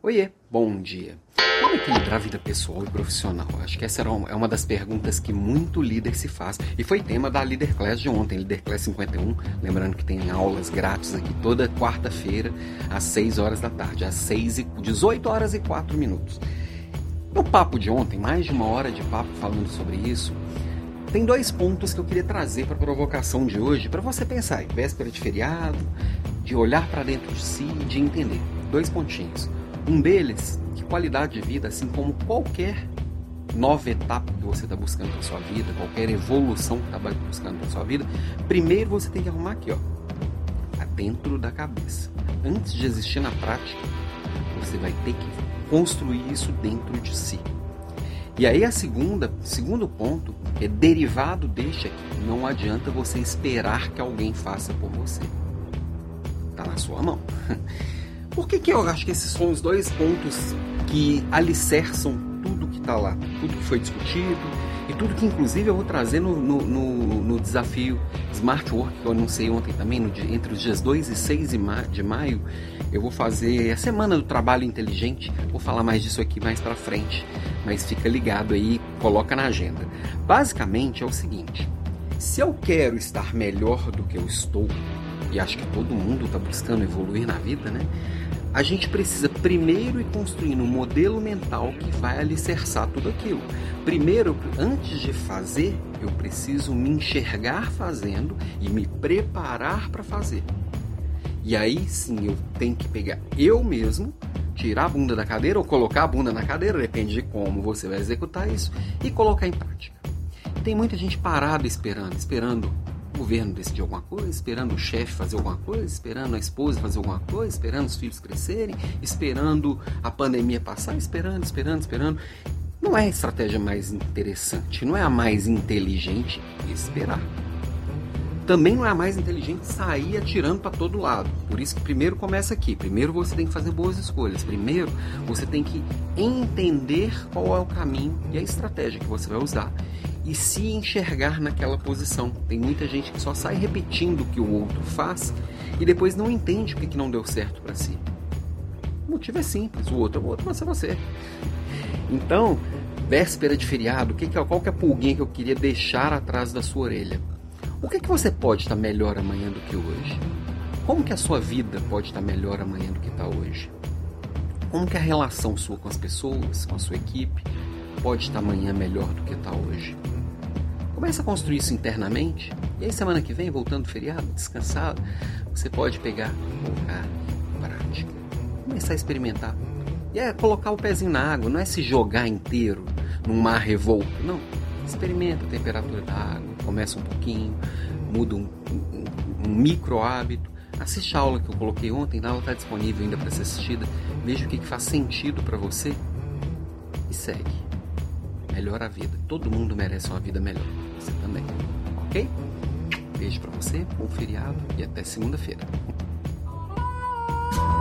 Oiê, bom dia. Como equilibrar a vida pessoal e profissional? Acho que essa é uma das perguntas que muito líder se faz. E foi tema da Leader Class de ontem, Leader Class 51. Lembrando que tem aulas grátis aqui toda quarta-feira, às 6 horas da tarde, às 18 horas e 4 minutos. No papo de ontem, mais de 1 hora de papo falando sobre isso, tem 2 pontos que eu queria trazer para a provocação de hoje, para você pensar, em véspera de feriado, de olhar para dentro de si e de entender. 2 pontinhos. Um deles, que qualidade de vida, assim como qualquer nova etapa que você está buscando para sua vida, qualquer evolução que está buscando para sua vida, primeiro você tem que arrumar aqui, ó, dentro da cabeça. Antes de existir na prática, você vai ter que construir isso dentro de si. E aí segundo ponto, é derivado deste aqui. Não adianta você esperar que alguém faça por você. Está na sua mão. Por que eu acho que esses são os 2 pontos que alicerçam tudo que está lá, tudo que foi discutido e tudo que inclusive eu vou trazer no desafio Smart Work que eu anunciei ontem também, entre os dias 2 e 6 de maio, eu vou fazer a Semana do Trabalho Inteligente, vou falar mais disso aqui mais para frente, mas fica ligado aí, coloca na agenda. Basicamente é o seguinte, se eu quero estar melhor do que eu estou, e acho que todo mundo está buscando evoluir na vida, né? A gente precisa primeiro ir construindo um modelo mental que vai alicerçar tudo aquilo. Primeiro, antes de fazer, eu preciso me enxergar fazendo e me preparar para fazer. E aí sim eu tenho que pegar eu mesmo, tirar a bunda da cadeira ou colocar a bunda na cadeira, depende de como você vai executar isso, e colocar em prática. Tem muita gente parada esperando o governo decidir alguma coisa, esperando o chefe fazer alguma coisa, esperando a esposa fazer alguma coisa, esperando os filhos crescerem, esperando a pandemia passar, esperando. Não é a estratégia mais interessante, não é a mais inteligente esperar. Também não é a mais inteligente sair atirando para todo lado. Por isso que primeiro começa aqui. Primeiro você tem que fazer boas escolhas. Primeiro você tem que entender qual é o caminho e a estratégia que você vai usar. E se enxergar naquela posição. Tem muita gente que só sai repetindo o que o outro faz e depois não entende o que não deu certo para si. O motivo é simples, o outro vai ser você. Então, véspera de feriado, qual que é a pulguinha que eu queria deixar atrás da sua orelha? O que você pode estar melhor amanhã do que hoje? Como que a sua vida pode estar melhor amanhã do que está hoje? Como que a relação sua com as pessoas, com a sua equipe, pode estar amanhã melhor do que está hoje? Começa a construir isso internamente, e aí semana que vem, voltando do feriado, descansado, você pode pegar e colocar em prática. Começar a experimentar. E é colocar o pezinho na água, não é se jogar inteiro num mar revolto, não. Experimenta a temperatura da água, começa um pouquinho, muda um micro hábito. Assiste a aula que eu coloquei ontem, a aula está disponível ainda para ser assistida. Veja o que faz sentido para você e segue. Melhora a vida. Todo mundo merece uma vida melhor. Você também. Ok? Beijo para você, bom feriado e até segunda-feira.